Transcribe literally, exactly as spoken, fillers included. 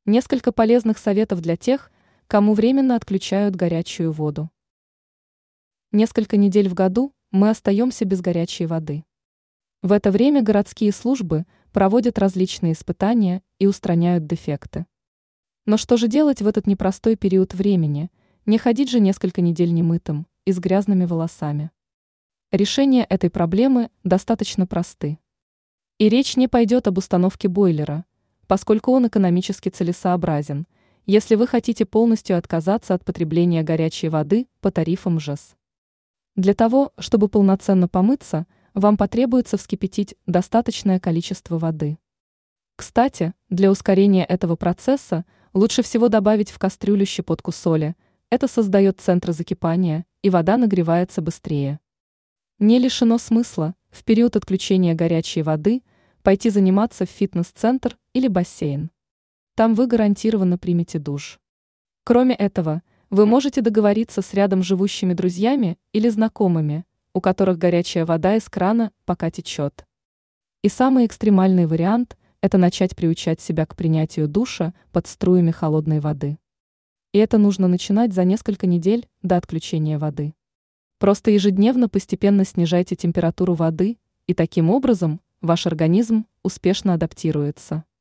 Несколько полезных советов для тех, кому временно отключают горячую воду. Несколько недель в году мы остаемся без горячей воды. В это время городские службы проводят различные испытания и устраняют дефекты. Но что же делать в этот непростой период времени? Не ходить же несколько недель немытым и с грязными волосами. Решение этой проблемы достаточно просты. И речь не пойдет об установке бойлера, поскольку он экономически целесообразен, если вы хотите полностью отказаться от потребления горячей воды по тарифам ЖЭС. Для того, чтобы полноценно помыться, вам потребуется вскипятить достаточное количество воды. Кстати, для ускорения этого процесса лучше всего добавить в кастрюлю щепотку соли, это создает центр закипания, и вода нагревается быстрее. Не лишено смысла в период отключения горячей воды пойти заниматься в фитнес-центр или бассейн. Там вы гарантированно примете душ. Кроме этого, вы можете договориться с рядом живущими друзьями или знакомыми, у которых горячая вода из крана пока течет. И самый экстремальный вариант – это начать приучать себя к принятию душа под струями холодной воды. И это нужно начинать за несколько недель до отключения воды. Просто ежедневно постепенно снижайте температуру воды, и таким образом ваш организм успешно адаптируется.